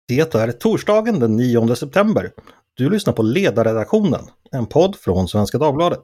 Det är torsdagen den 9 september. Du lyssnar på Ledarredaktionen, en podd från Svenska Dagbladet.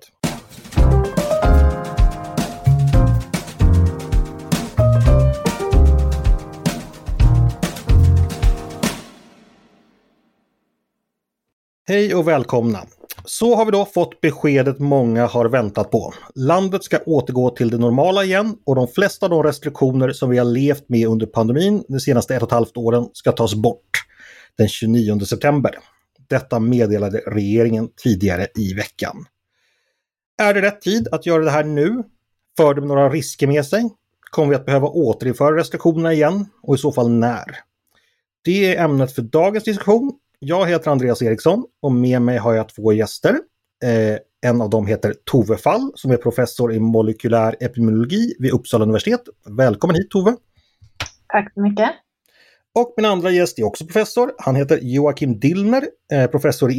Hej och välkomna. Så har vi då fått beskedet många har väntat på. Landet ska återgå till det normala igen och de flesta av de restriktioner som vi har levt med under pandemin de senaste 1,5 åren ska tas bort den 29 september. Detta meddelade regeringen tidigare i veckan. Är det rätt tid att göra det här nu? För det några risker med sig? Kommer vi att behöva återinföra restriktionerna igen? Och i så fall när? Det är ämnet för dagens diskussion. Jag heter Andreas Eriksson och med mig har jag 2 gäster. En av dem heter Tove Fall som är professor i molekylär epidemiologi vid Uppsala universitet. Välkommen hit Tove. Tack så mycket. Och min andra gäst är också professor. Han heter Joakim Dillner, professor i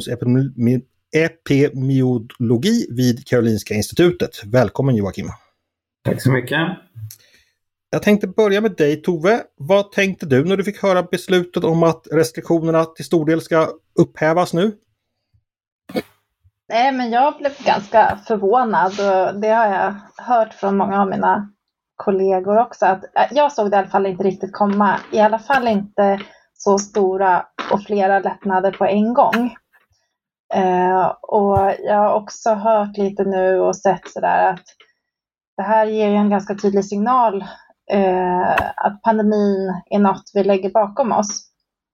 infektionsepidemiologi vid Karolinska institutet. Välkommen Joakim. Tack så mycket. Jag tänkte börja med dig Tove. Vad tänkte du när du fick höra beslutet om att restriktionerna till stor del ska upphävas nu? Nej, men jag blev ganska förvånad och det har jag hört från många av mina kollegor också. Att jag såg det i alla fall inte riktigt komma. I alla fall inte så stora och flera lättnader på en gång. Och jag har också hört lite nu och sett sådär att det här ger ju en ganska tydlig signal att pandemin är något vi lägger bakom oss.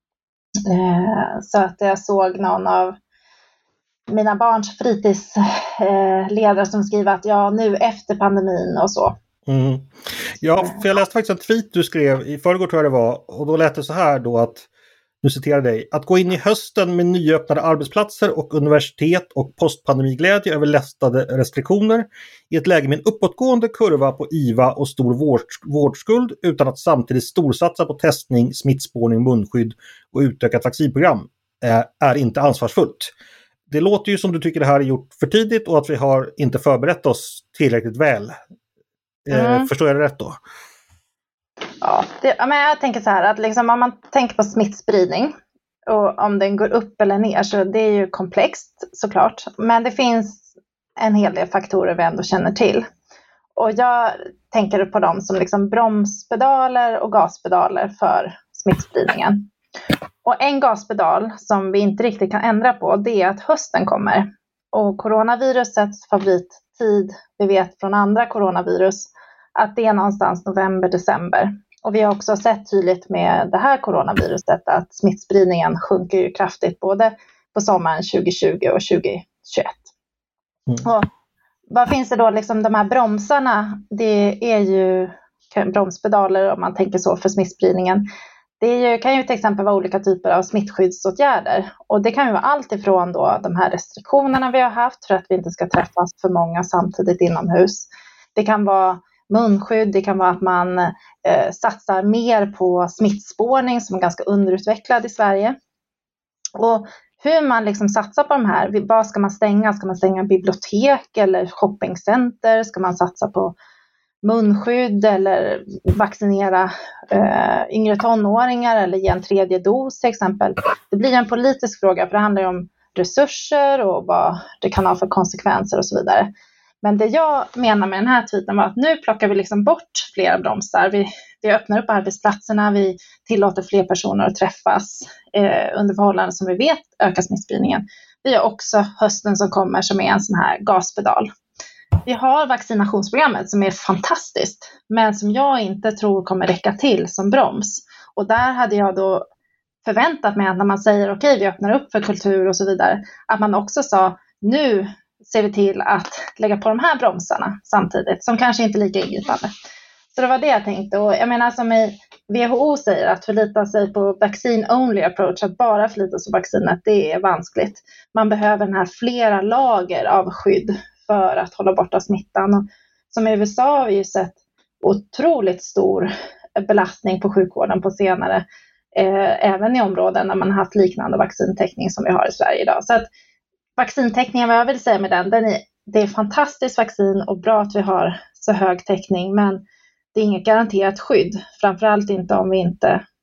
Så att jag såg någon av mina barns fritidsledare som skriver att ja, nu efter pandemin och så. Mm. Ja, för jag läste faktiskt en tweet du skrev i förrgår tror jag det var, och då lät det så här då att, nu citerar jag dig, att gå in i hösten med nyöppnade arbetsplatser och universitet och postpandemiglädje över lättade restriktioner i ett läge med en uppåtgående kurva på IVA och stor vårdskuld utan att samtidigt storsatsa på testning, smittspårning, munskydd och utökat vaccinprogram är inte ansvarsfullt. Det låter ju som du tycker det här är gjort för tidigt och att vi har inte förberett oss tillräckligt väl. Förstår jag det rätt då? Ja, men jag tänker så här att liksom, om man tänker på smittspridning och om den går upp eller ner så det är ju komplext såklart. Men det finns en hel del faktorer vi ändå känner till. Och jag tänker på dem som liksom bromspedaler och gaspedaler för smittspridningen. Och en gaspedal som vi inte riktigt kan ändra på det är att hösten kommer. Och coronavirusets favorittid, vi vet från andra coronavirus, att det är någonstans november-december. Och vi har också sett tydligt med det här coronaviruset att smittspridningen sjunker ju kraftigt både på sommaren 2020 och 2021. Och vad finns det då liksom de här bromsarna? Det är ju bromspedaler om man tänker så för smittspridningen. Kan ju till exempel vara olika typer av smittskyddsåtgärder. Och det kan ju vara allt ifrån då de här restriktionerna vi har haft för att vi inte ska träffas för många samtidigt inomhus. Det kan vara munskydd, det kan vara att man satsar mer på smittspårning som är ganska underutvecklad i Sverige. Och hur man liksom satsar på de här, vad ska man stänga? Ska man stänga bibliotek eller shoppingcenter? Ska man satsa på munskydd eller vaccinera yngre tonåringar eller ge en 3:e dos till exempel? Det blir en politisk fråga för det handlar ju om resurser och vad det kan ha för konsekvenser och så vidare. Men det jag menar med den här tweeten var att nu plockar vi liksom bort flera bromsar. Vi öppnar upp arbetsplatserna, vi tillåter fler personer att träffas under förhållanden som vi vet ökar smittspridningen. Vi har också hösten som kommer som är en sån här gaspedal. Vi har vaccinationsprogrammet som är fantastiskt men som jag inte tror kommer räcka till som broms. Och där hade jag då förväntat mig att när man säger okej, vi öppnar upp för kultur och så vidare, att man också sa nu ser vi till att lägga på de här bromsarna samtidigt som kanske inte är lika ingripande. Så det var det jag tänkte. Och jag menar som i WHO säger att förlita sig på vaccine only approach, att bara förlita sig på vaccinet, det är vanskligt. Man behöver den här flera lager av skydd för att hålla borta smittan. Och som i USA har vi ju sett otroligt stor belastning på sjukvården på senare. Även i områden där man har haft liknande vaccintäckning som vi har i Sverige idag. Så att vaccintäckningen, vad jag vill säga med det är fantastiskt vaccin och bra att vi har så hög täckning, men det är inget garanterat skydd. Framförallt inte om vi inte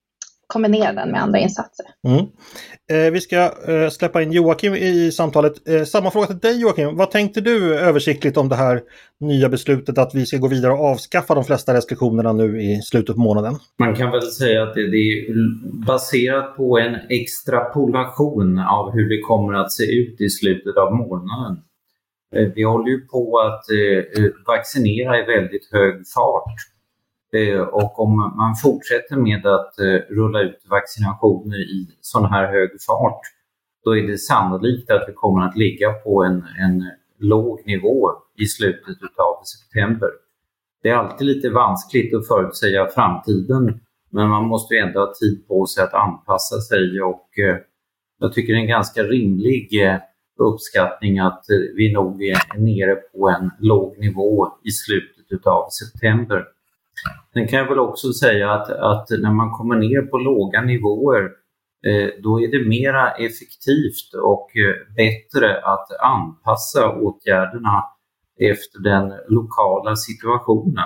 kombinera den med andra insatser. Vi ska släppa in Joakim i samtalet. Samma fråga till dig Joakim. Vad tänkte du översiktligt om det här nya beslutet att vi ska gå vidare och avskaffa de flesta restriktionerna nu i slutet på månaden? Man kan väl säga att det är baserat på en extrapolation av hur det kommer att se ut i slutet av månaden. Vi håller ju på att vaccinera i väldigt hög fart. Och om man fortsätter med att rulla ut vaccinationer i sån här hög fart, då är det sannolikt att vi kommer att ligga på en låg nivå i slutet av september. Det är alltid lite vanskligt att förutsäga framtiden, men man måste ju ändå ha tid på sig att anpassa sig, och jag tycker det är en ganska rimlig uppskattning att vi nog är nere på en låg nivå i slutet av september. Sen kan jag väl också säga att när man kommer ner på låga nivåer, då är det mera effektivt och bättre att anpassa åtgärderna efter den lokala situationen.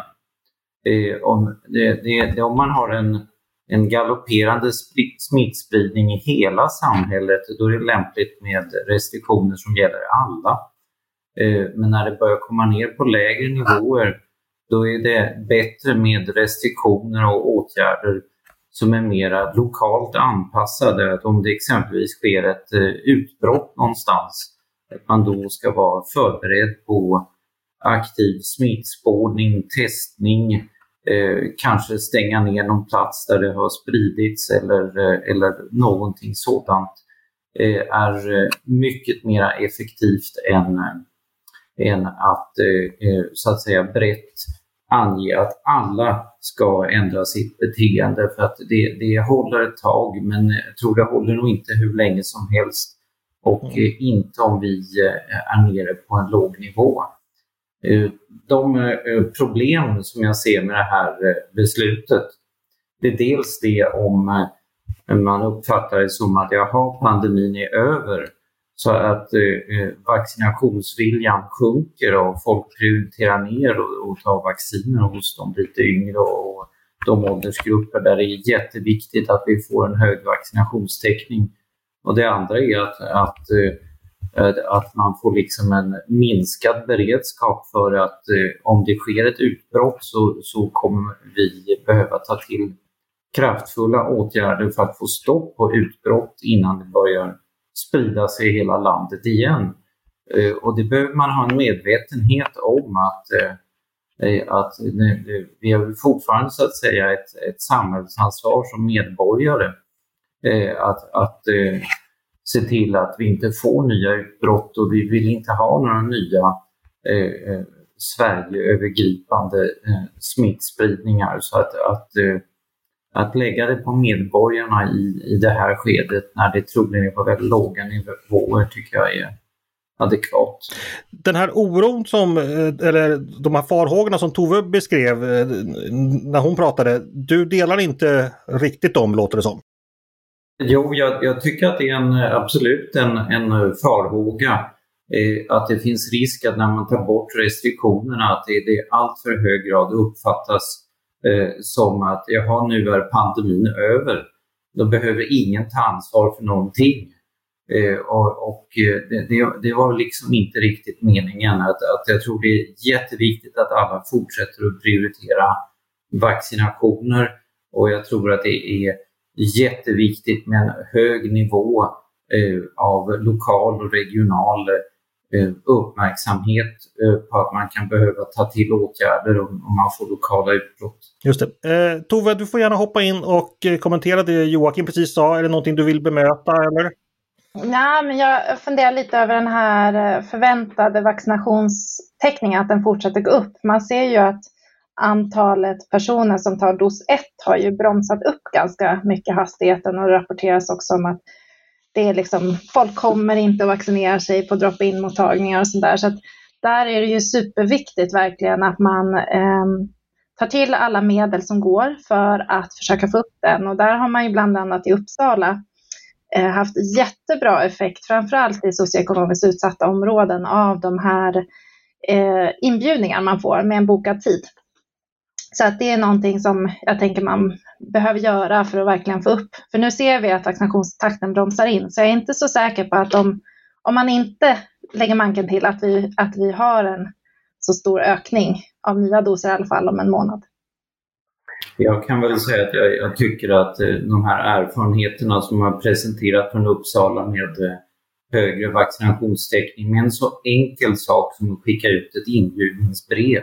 Om man har en galopperande smittspridning i hela samhället, då är det lämpligt med restriktioner som gäller alla. Men när det börjar komma ner på lägre nivåer, då är det bättre med restriktioner och åtgärder som är mer lokalt anpassade. Att om det exempelvis sker ett utbrott någonstans, att man då ska vara förberedd på aktiv smittspårning, testning, kanske stänga ner någon plats där det har spridits eller någonting sådant, är mycket mer effektivt än att så att säga brett ange att alla ska ändra sitt beteende, för att det håller ett tag, men jag tror det håller nog inte hur länge som helst, och inte om vi är nere på en låg nivå. De problem som jag ser med det här beslutet, det är dels det om man uppfattar det som att pandemin är över, så att vaccinationsviljan sjunker och folk prioriterar ner och tar vacciner hos de lite yngre och de åldersgrupper där det är jätteviktigt att vi får en hög vaccinationstäckning. Och det andra är att man får liksom en minskad beredskap för att om det sker ett utbrott så kommer vi behöva ta till kraftfulla åtgärder för att få stopp på utbrott innan det börjar sprida sig i hela landet igen. Och det behöver man ha en medvetenhet om, att vi har fortfarande så att säga ett samhällsansvar som medborgare att se till att vi inte får nya utbrott, och vi vill inte ha några nya Sverigeövergripande smittspridningar, så att lägga det på medborgarna i det här skedet när det troligen är på väldigt låga nivåer tycker jag är adekvat. Den här oron eller de här farhågorna som Tove beskrev när hon pratade, du delar inte riktigt dem, låter det som. Jo, jag tycker att det är absolut en farhåga att det finns risk att när man tar bort restriktionerna att det i allt för hög grad uppfattas som att nu är pandemin över. Då behöver ingen ta ansvar för någonting. Det var liksom inte riktigt meningen. Att jag tror det är jätteviktigt att alla fortsätter att prioritera vaccinationer, och jag tror att det är jätteviktigt med en hög nivå av lokal och regional uppmärksamhet på att man kan behöva ta till åtgärder om man får lokala utbrott. Just det. Tove, du får gärna hoppa in och kommentera det Joakim precis sa. Är det någonting du vill bemöta eller? Ja, men jag funderar lite över den här förväntade vaccinationstäckningen, att den fortsätter gå upp. Man ser ju att antalet personer som tar dos 1 har ju bromsat upp ganska mycket hastigheten, och det rapporteras också om att det är liksom, folk kommer inte att vaccinera sig på drop-in-mottagningar och sådär. Så att där är det ju superviktigt verkligen att man tar till alla medel som går för att försöka få upp den. Och där har man ju bland annat i Uppsala haft jättebra effekt, framförallt i socioekonomiskt utsatta områden, av de här inbjudningar man får med en bokad tid. Så att det är någonting som jag tänker man behöver göra för att verkligen få upp. För nu ser vi att vaccinationstakten bromsar in. Så jag är inte så säker på att om man inte lägger manken till att vi har en så stor ökning av nya doser i alla fall om en månad. Jag kan väl säga att jag tycker att de här erfarenheterna som har presenterat från Uppsala med högre vaccinationstäckning med en så enkel sak som att skicka ut ett inbjudningsbrev.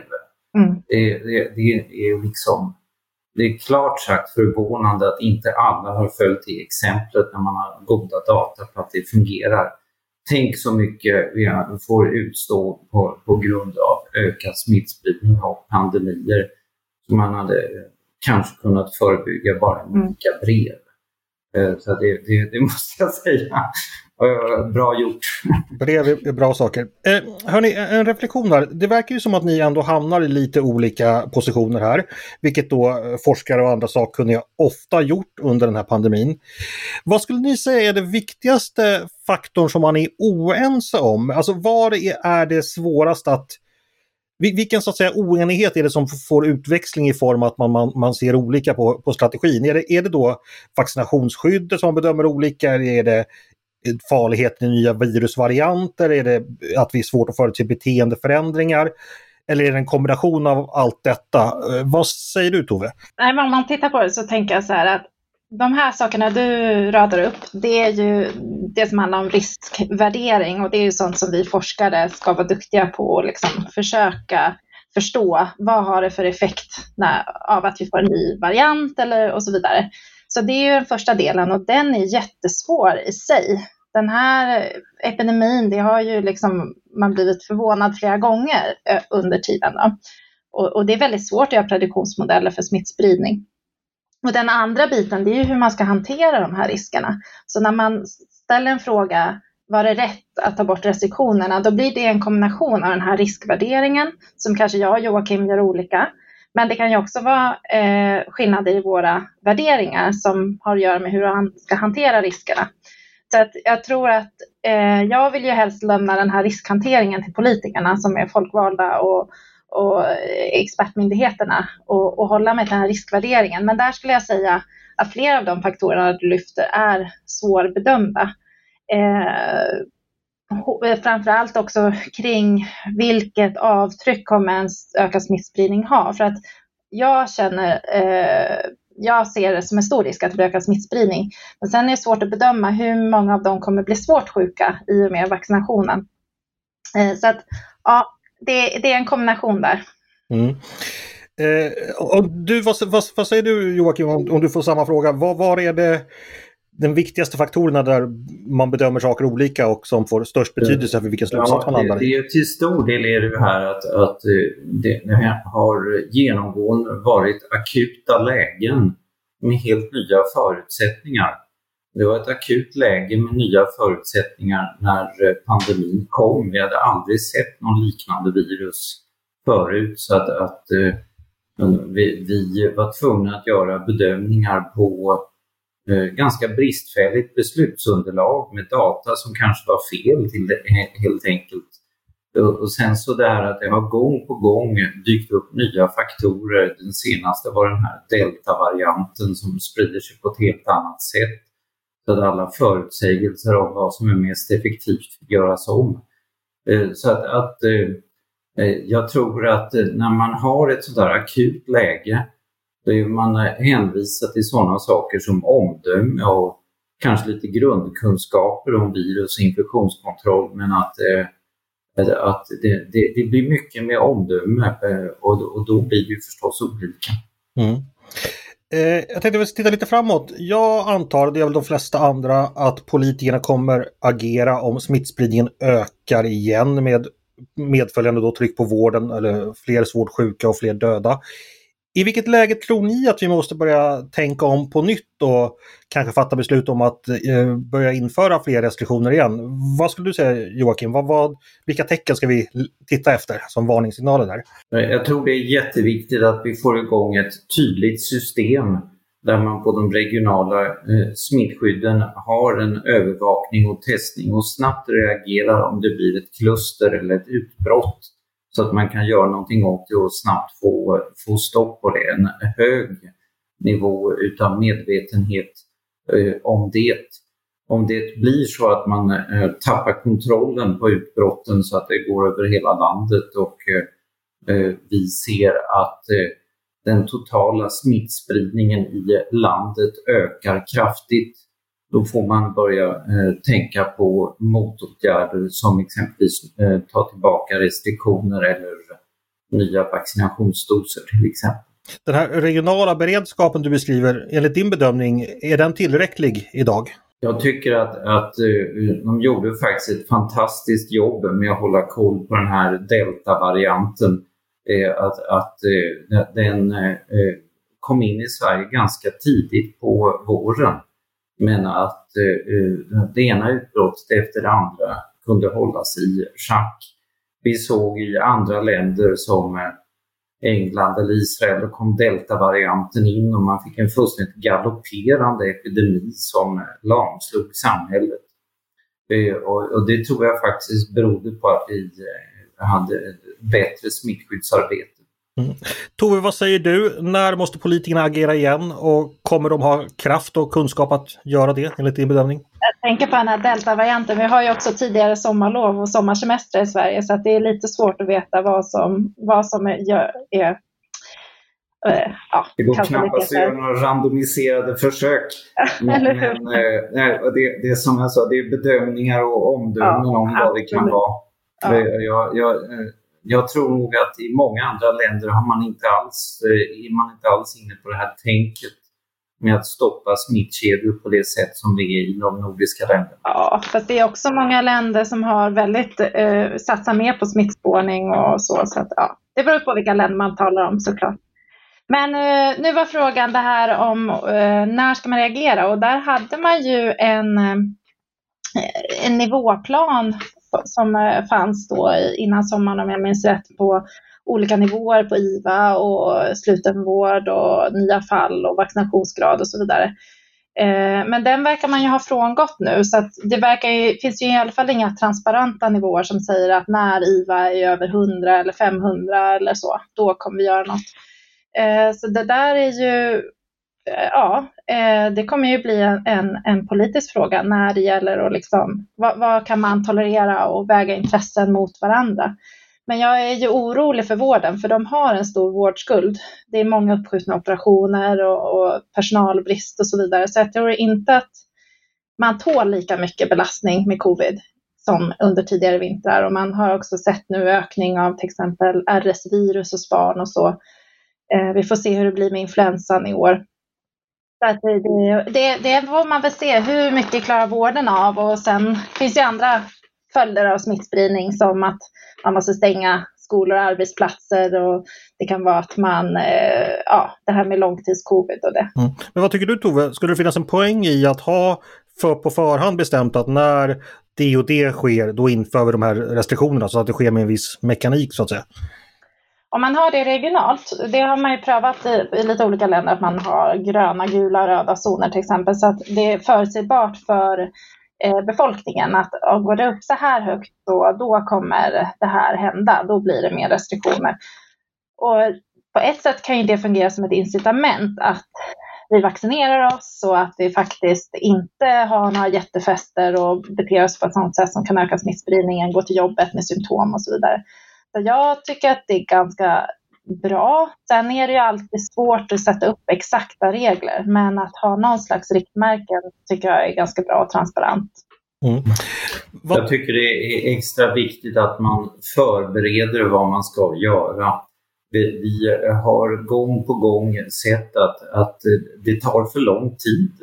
Det är klart sagt förvånande att inte alla har följt det exemplet när man har goda data på att det fungerar. Tänk så mycket vi får utstå på grund av ökad smittspridning och pandemier som man hade kanske kunnat förebygga bara med olika brev. Så det måste jag säga. Bra gjort. Brev är bra saker. Hörni, en reflektion här. Det verkar ju som att ni ändå hamnar i lite olika positioner här. Vilket då forskare och andra sakkunniga ofta gjort under den här pandemin. Vad skulle ni säga är det viktigaste faktorn som man är oense om? Alltså vad är det svårast att... Vilken så att säga oenighet är det som får utväxling i form att man ser olika på strategin? Är det då vaccinationsskyddet som man bedömer olika? Är det farligheten i nya virusvarianter? Är det att vi är svårt att förutse beteendeförändringar? Eller är det en kombination av allt detta? Vad säger du, Tove? Nej, men om man tittar på det så tänker jag så här att de här sakerna du radar upp, det är ju det som handlar om riskvärdering, och det är ju sånt som vi forskare ska vara duktiga på och liksom försöka förstå. Vad har det för effekt av att vi får en ny variant och så vidare. Så det är ju den första delen, och den är jättesvår i sig. Den här epidemin, det har ju liksom man blivit förvånad flera gånger under tiden då. Och det är väldigt svårt att göra prediktionsmodeller för smittspridning. Och den andra biten, det är ju hur man ska hantera de här riskerna. Så när man ställer en fråga, var det rätt att ta bort restriktionerna? Då blir det en kombination av den här riskvärderingen, som kanske jag och Joakim gör olika. Men det kan ju också vara skillnader i våra värderingar som har att göra med hur man ska hantera riskerna. Så att jag tror att jag vill ju helst lämna den här riskhanteringen till politikerna som är folkvalda och expertmyndigheterna och hålla med den här riskvärderingen. Men där skulle jag säga att flera av de faktorerna du lyfter är svårbedömda. Framförallt också kring vilket avtryck kommer en ökad smittspridning ha. För att jag ser det som en stor risk att det blir ökad smittspridning. Men sen är det svårt att bedöma hur många av dem kommer bli svårt sjuka i och med vaccinationen. Så att ja, det är en kombination där. Och du, vad säger du, Joakim, om du får samma fråga? Var är det den viktigaste faktorerna där man bedömer saker olika och som får störst betydelse för vilken slutsats man landar i? Det är till stor del är det här att det har genomgående varit akuta lägen med helt nya förutsättningar. Det var ett akut läge med nya förutsättningar när pandemin kom. Vi hade aldrig sett någon liknande virus förut, så att vi var tvungna att göra bedömningar på ganska bristfälligt beslutsunderlag med data som kanske var fel till det, helt enkelt. Och sen så där att det har gång på gång dykt upp nya faktorer. Den senaste var den här delta-varianten som sprider sig på ett helt annat sätt. Så att alla förutsägelser om vad som är mest effektivt göras om. Så att jag tror att när man har ett sådär akut läge, då är man hänvisad till sådana saker som omdöme och kanske lite grundkunskaper om virus och infektionskontroll, men att det blir mycket med omdöme och då blir det ju förstås olika. Jag tänkte titta lite framåt. Jag antar, det är väl de flesta andra, att politikerna kommer agera om smittspridningen ökar igen med medföljande då tryck på vården eller fler svårt sjuka och fler döda. I vilket läge tror ni att vi måste börja tänka om på nytt och kanske fatta beslut om att börja införa fler restriktioner igen? Vad skulle du säga, Joakim? Vilka tecken ska vi titta efter som varningssignaler där? Jag tror det är jätteviktigt att vi får igång ett tydligt system där man på de regionala smittskydden har en övervakning och testning och snabbt reagerar om det blir ett kluster eller ett utbrott, så att man kan göra någonting åt det och snabbt få stopp på det. En hög nivå utav medvetenhet om det. Om det blir så att man tappar kontrollen på utbrotten så att det går över hela landet och vi ser att den totala smittspridningen i landet ökar kraftigt, då får man börja tänka på motåtgärder som exempelvis ta tillbaka restriktioner eller nya vaccinationsdoser till exempel. Den här regionala beredskapen du beskriver, enligt din bedömning, är den tillräcklig idag? Jag tycker att de gjorde faktiskt ett fantastiskt jobb med att hålla koll på den här delta-varianten. Att den kom in i Sverige ganska tidigt på våren. Men att det ena utbrottet efter det andra kunde hållas i schack. Vi såg i andra länder som England eller Israel kom delta-varianten in och man fick en fullständigt galopperande epidemi som lamslog samhället. Och det tror jag faktiskt berodde på att vi hade bättre smittskyddsarbete. Tove, vad säger du? När måste politikerna agera igen och kommer de ha kraft och kunskap att göra det enligt din bedömning? Jag tänker på den här delta-varianten. Vi har ju också tidigare sommarlov och sommarsemester i Sverige så att det är lite svårt att veta vad som är det går knappast att göra några randomiserade försök. Men det som jag sa, det är bedömningar och omdömen om vad det kan vara. Jag tror nog att i många andra länder är man inte alls inne på det här tänket med att stoppa smittkedjor på det sätt som vi är i de nordiska länderna. Ja, fast det är också många länder som har väldigt satsat mer på smittspårning och så att det beror på vilka länder man talar om såklart. Men nu var frågan det här om när ska man reagera, och där hade man ju en nivåplan som fanns då innan sommaren, om jag minns rätt, på olika nivåer på IVA och slutenvård och nya fall och vaccinationsgrad och så vidare. Men den verkar man ju ha frångått nu, så att finns ju i alla fall inga transparenta nivåer som säger att när IVA är över 100 eller 500 eller så, då kommer vi göra något. Så det där är ju, det kommer ju bli en politisk fråga när det gäller att liksom, vad kan man tolerera och väga intressen mot varandra. Men jag är ju orolig för vården, för de har en stor vårdskuld. Det är många uppskjutna operationer och personalbrist och så vidare. Så jag tror inte att man tål lika mycket belastning med covid som under tidigare vintrar. Och man har också sett nu ökning av till exempel RS-virus hos barn och så. Vi får se hur det blir med influensan i år. Så att det får man väl se hur mycket klarar vården av. Och sen finns det andra följder av smittspridning, som att man måste stänga skolor och arbetsplatser, och det kan vara att man, det här med långtidscovid och det. Men vad tycker du, Tove? Skulle det finnas en poäng i att ha på förhand bestämt att när det och det sker, då inför vi de här restriktionerna, så att det sker med en viss mekanik så att säga? Om man har det regionalt, det har man ju prövat i lite olika länder, att man har gröna, gula, röda zoner till exempel, så att det är förutsägbart för befolkningen att går det upp så här högt, då kommer det här hända, då blir det mer restriktioner. Och på ett sätt kan ju det fungera som ett incitament att vi vaccinerar oss, så att vi faktiskt inte har några jättefester och beter oss på ett sådant sätt som kan öka smittspridningen, gå till jobbet med symptom och så vidare. Så jag tycker att det är ganska bra. Sen är det ju alltid svårt att sätta upp exakta regler, men att ha någon slags riktmärken tycker jag är ganska bra och transparent. Jag tycker det är extra viktigt att man förbereder vad man ska göra. Vi har gång på gång sett att det tar för lång tid.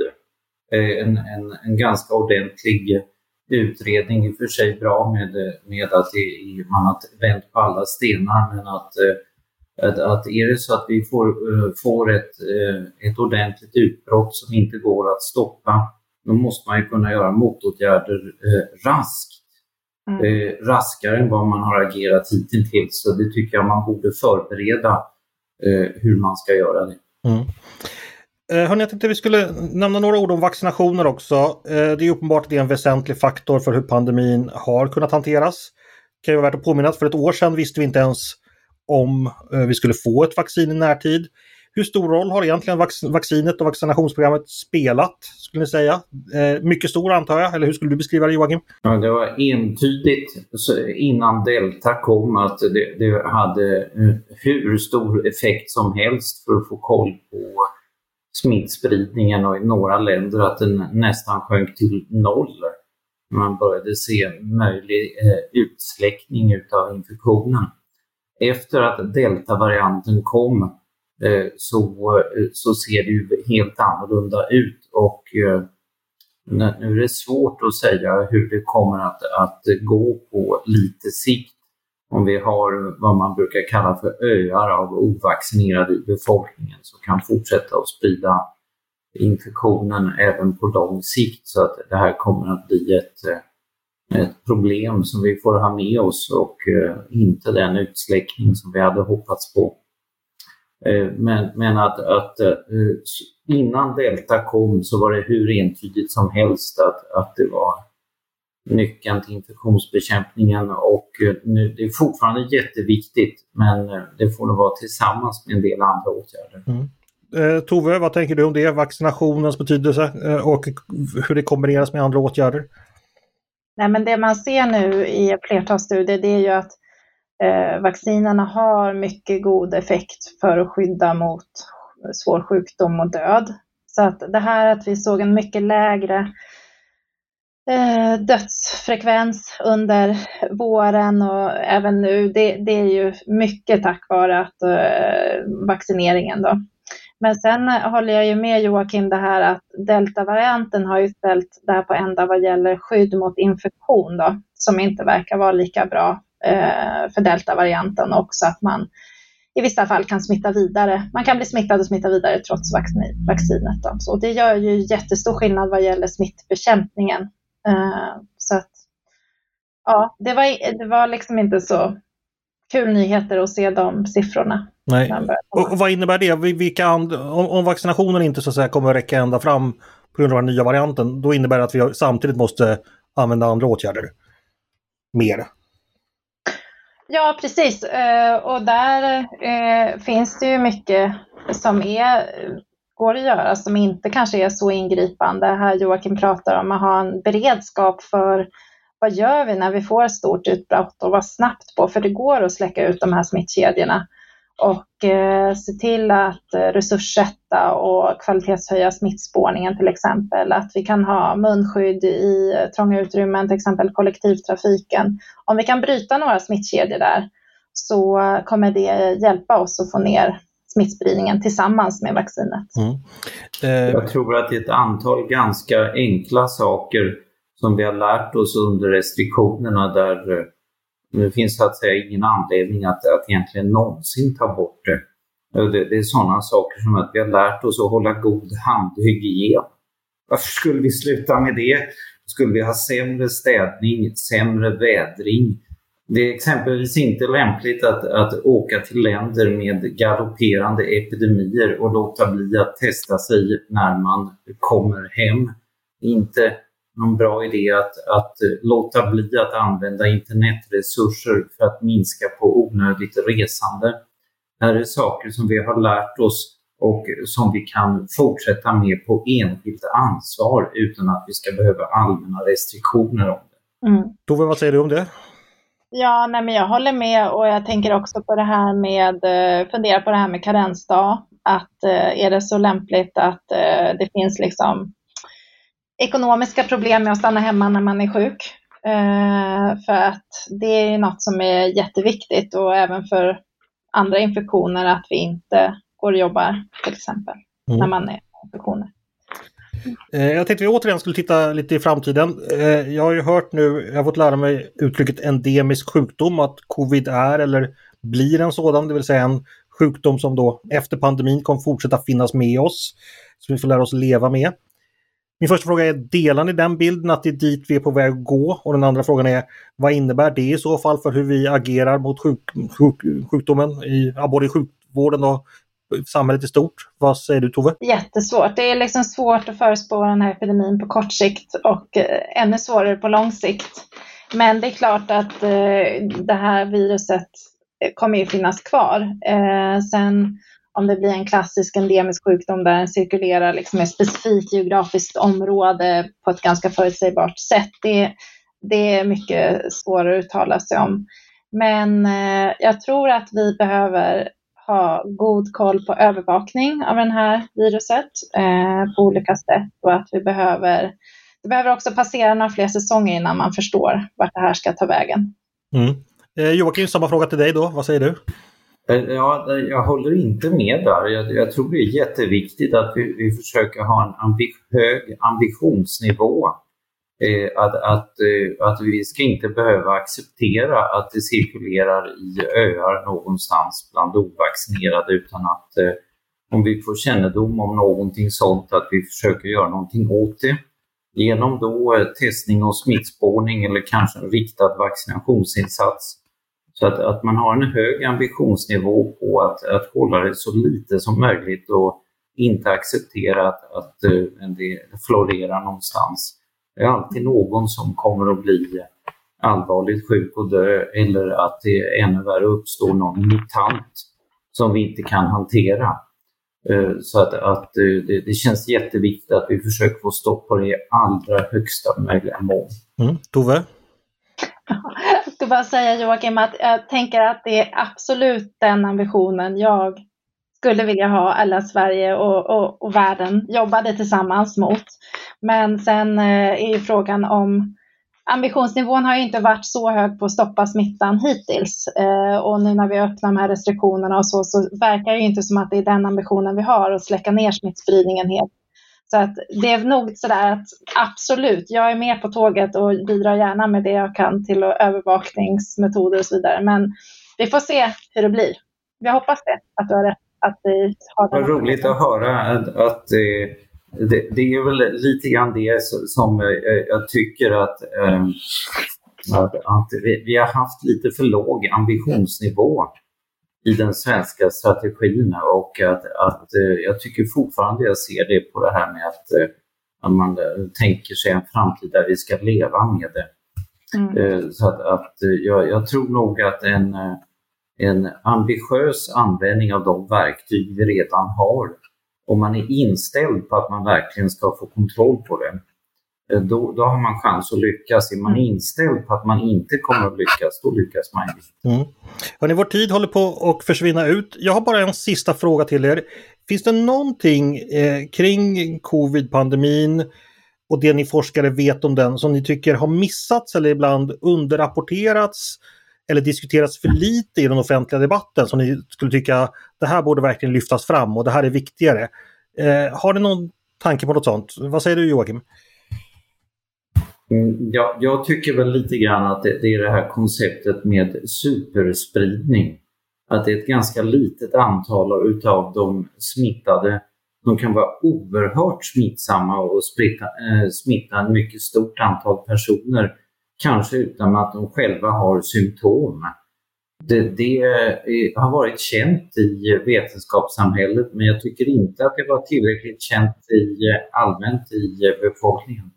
En ganska ordentlig utredning är för sig bra med att man har vänt på alla stenar, men att är det så att vi får ett ordentligt utbrott som inte går att stoppa, då måste man ju kunna göra motåtgärder raskt. Raskare än vad man har agerat hittills. Så det tycker jag man borde förbereda hur man ska göra det. Hörrni, jag tänkte vi skulle nämna några ord om vaccinationer också. Det är uppenbart att det är en väsentlig faktor för hur pandemin har kunnat hanteras. kan ju vara värt att påminna att för ett år sedan visste vi inte ens om vi skulle få ett vaccin i närtid. Hur stor roll har egentligen vaccinet och vaccinationsprogrammet spelat, skulle ni säga? Mycket stor antar jag, eller hur skulle du beskriva det, Joakim? Ja, det var entydigt innan Delta kom att det hade hur stor effekt som helst för att få koll på smittspridningen, och i några länder att den nästan sjönk till 0. Man började se möjlig utsläckning utav infektionen. Efter att Delta-varianten kom så ser det ju helt annorlunda ut, och nu är det svårt att säga hur det kommer att gå på lite sikt om vi har vad man brukar kalla för öar av ovaccinerade i befolkningen som kan fortsätta att sprida infektionen även på lång sikt, så att det här kommer att bli ett problem som vi får ha med oss och inte den utsläckning som vi hade hoppats på. Men att innan Delta kom så var det hur entydigt som helst att det var nyckeln till infektionsbekämpningen, och nu, det är fortfarande jätteviktigt, men det får nog vara tillsammans med en del andra åtgärder. Tove, vad tänker du om det? Vaccinationens betydelse och hur det kombineras med andra åtgärder? Nej, men det man ser nu i flertal studier, det är ju att vaccinerna har mycket god effekt för att skydda mot svår sjukdom och död. Så att det här att vi såg en mycket lägre dödsfrekvens under våren och även nu, det är ju mycket tack vare att vaccineringen då. Men sen håller jag ju med Joakim det här att Delta-varianten har ju ställt det här på ända vad gäller skydd mot infektion då, som inte verkar vara lika bra för Delta-varianten, också att man i vissa fall kan smitta vidare. Man kan bli smittad och smitta vidare trots vaccinet då. Så det gör ju jättestor skillnad vad gäller smittbekämpningen. Så att ja, det var liksom inte så kul nyheter att se de siffrorna. Nej. Och vad innebär det? Om vaccinationen inte så att säga kommer att räcka ända fram på grund av den nya varianten, då innebär det att vi samtidigt måste använda andra åtgärder mer. Ja, precis. Och där finns det ju mycket som går att göra som inte kanske är så ingripande. Här Joakim pratar om att ha en beredskap för vad gör vi när vi får ett stort utbrott och vara snabbt på, för det går att släcka ut de här smittkedjorna och se till att resurssätta och kvalitetshöja smittspårningen till exempel. Att vi kan ha munskydd i trånga utrymmen, till exempel kollektivtrafiken. Om vi kan bryta några smittkedjor där så kommer det hjälpa oss att få ner smittspridningen tillsammans med vaccinet. Jag tror att det är ett antal ganska enkla saker som vi har lärt oss under restriktionerna där det finns så att säga ingen anledning att egentligen någonsin ta bort det. Det är sådana saker som att vi har lärt oss att hålla god handhygien. Varför skulle vi sluta med det? Skulle vi ha sämre städning, sämre vädring? Det är exempelvis inte lämpligt att åka till länder med galopperande epidemier och låta bli att testa sig när man kommer hem. Inte någon bra idé att låta bli att använda internetresurser för att minska på onödigt resande. Det här är saker som vi har lärt oss och som vi kan fortsätta med på enskilt ansvar utan att vi ska behöva allmänna restriktioner om det. Tove, vad säger du om det? Ja, nej, men jag håller med, och jag tänker också på det här med, fundera på det här med karensdag. Att är det så lämpligt att det finns liksom ekonomiska problem med att stanna hemma när man är sjuk. För att det är något som är jätteviktigt, och även för andra infektioner att vi inte går och jobbar till exempel när man är infektioner. Jag tänkte vi återigen skulle titta lite i framtiden. Jag har ju hört nu, jag har fått lära mig uttrycket endemisk sjukdom, att covid är eller blir en sådan, det vill säga en sjukdom som då efter pandemin kommer fortsätta finnas med oss, som vi får lära oss leva med. Min första fråga är, delar ni den bilden att det är dit vi är på väg att gå? Och den andra frågan är, vad innebär det i så fall för hur vi agerar mot sjukdomen, både i sjukvården och samhället i stort? Vad säger du, Tove? Jättesvårt. Det är liksom svårt att förutspå den här epidemin på kort sikt och ännu svårare på lång sikt. Men det är klart att det här viruset kommer ju finnas kvar. Sen om det blir en klassisk endemisk sjukdom där den cirkulerar liksom i ett specifikt geografiskt område på ett ganska förutsägbart sätt, det är mycket svårare att uttala sig om. Men jag tror att vi behöver ha god koll på övervakning av det här viruset på olika sätt, och att det behöver också passera några fler säsonger innan man förstår vart det här ska ta vägen. Joakim, samma fråga till dig då. Vad säger du? Ja, jag håller inte med där. Jag tror det är jätteviktigt att vi försöker ha en hög ambitionsnivå. Att vi ska inte behöva acceptera att det cirkulerar i öar någonstans bland ovaccinerade, utan att om vi får kännedom om någonting sånt, att vi försöker göra någonting åt det. Genom då testning och smittspårning eller kanske en riktad vaccinationsinsats. Så att man har en hög ambitionsnivå på att hålla det så lite som möjligt och inte acceptera att det florerar någonstans. Det är alltid någon som kommer att bli allvarligt sjuk och dö, eller att det ännu värre uppstår någon mutant som vi inte kan hantera. Så att det känns jätteviktigt att vi försöker få stopp på det i allra högsta möjliga mån. Tove? Jag ska bara säga, Joakim, att jag tänker att det är absolut den ambitionen jag skulle vilja ha alla Sverige och världen jobbade tillsammans mot. Men sen är ju frågan om ambitionsnivån har ju inte varit så hög på att stoppa smittan hittills. Och nu när vi öppnar de här restriktionerna och så verkar det ju inte som att det är den ambitionen vi har, att släcka ner smittspridningen helt. Så att det är nog sådär att absolut, jag är med på tåget och bidrar gärna med det jag kan till övervakningsmetoder och så vidare. Men vi får se hur det blir. Jag hoppas att du har rätt. Att vi har det var roligt att höra att det är väl lite grann det som jag tycker att vi har haft lite för låg ambitionsnivå i den svenska strategin, och att jag tycker fortfarande jag ser det på det här med att man tänker sig en framtid där vi ska leva med det. Så att jag tror nog att en ambitiös användning av de verktyg vi redan har, om man är inställd på att man verkligen ska få kontroll på det, då har man chans att lyckas. Är man inställd på att man inte kommer att lyckas, då lyckas man inte. Hörrni, vår tid håller på att försvinna ut. Jag har bara en sista fråga till er. Finns det någonting kring covid-pandemin och det ni forskare vet om den som ni tycker har missats eller ibland underrapporterats eller diskuterats för lite i den offentliga debatten, som ni skulle tycka det här borde verkligen lyftas fram och det här är viktigare? Har ni någon tanke på något sånt? Vad säger du, Joakim? Jag tycker väl lite grann att det är det här konceptet med superspridning. Att det är ett ganska litet antal utav de smittade som kan vara oerhört smittsamma och smitta ett mycket stort antal personer, kanske utan att de själva har symptom. Det har varit känt i vetenskapssamhället, men jag tycker inte att det var tillräckligt känt allmänt i befolkningen.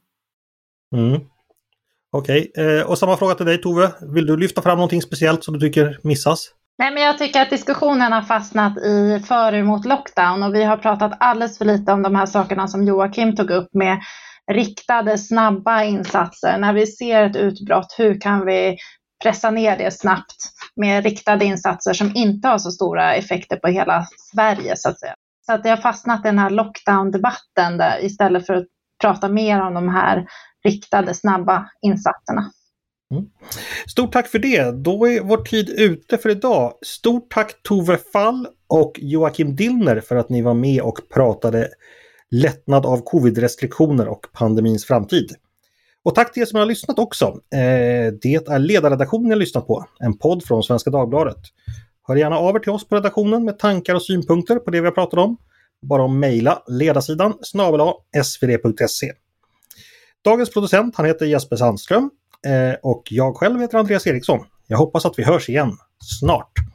Okej. Och samma fråga till dig, Tove. Vill du lyfta fram någonting speciellt som du tycker missas? Nej, men jag tycker att diskussionen har fastnat i för och emot lockdown, och vi har pratat alldeles för lite om de här sakerna som Joakim tog upp med riktade, snabba insatser. När vi ser ett utbrott, hur kan vi pressa ner det snabbt med riktade insatser som inte har så stora effekter på hela Sverige, så att säga. Så att det har fastnat i den här lockdown-debatten där, istället för att prata mer om de här riktade, snabba insatserna. Stort tack för det. Då är vår tid ute för idag. Stort tack Tove Fall och Joakim Dillner för att ni var med och pratade lättnad av covid-restriktioner och pandemins framtid. Och tack till er som har lyssnat också. Det är Ledarredaktionen jag lyssnat på, en podd från Svenska Dagbladet. Hör gärna av er till oss på redaktionen med tankar och synpunkter på det vi har pratat om. Bara mejla ledarsidan @svd.se. Dagens producent, han heter Jesper Sandström och jag själv heter Andreas Eriksson. Jag hoppas att vi hörs igen snart.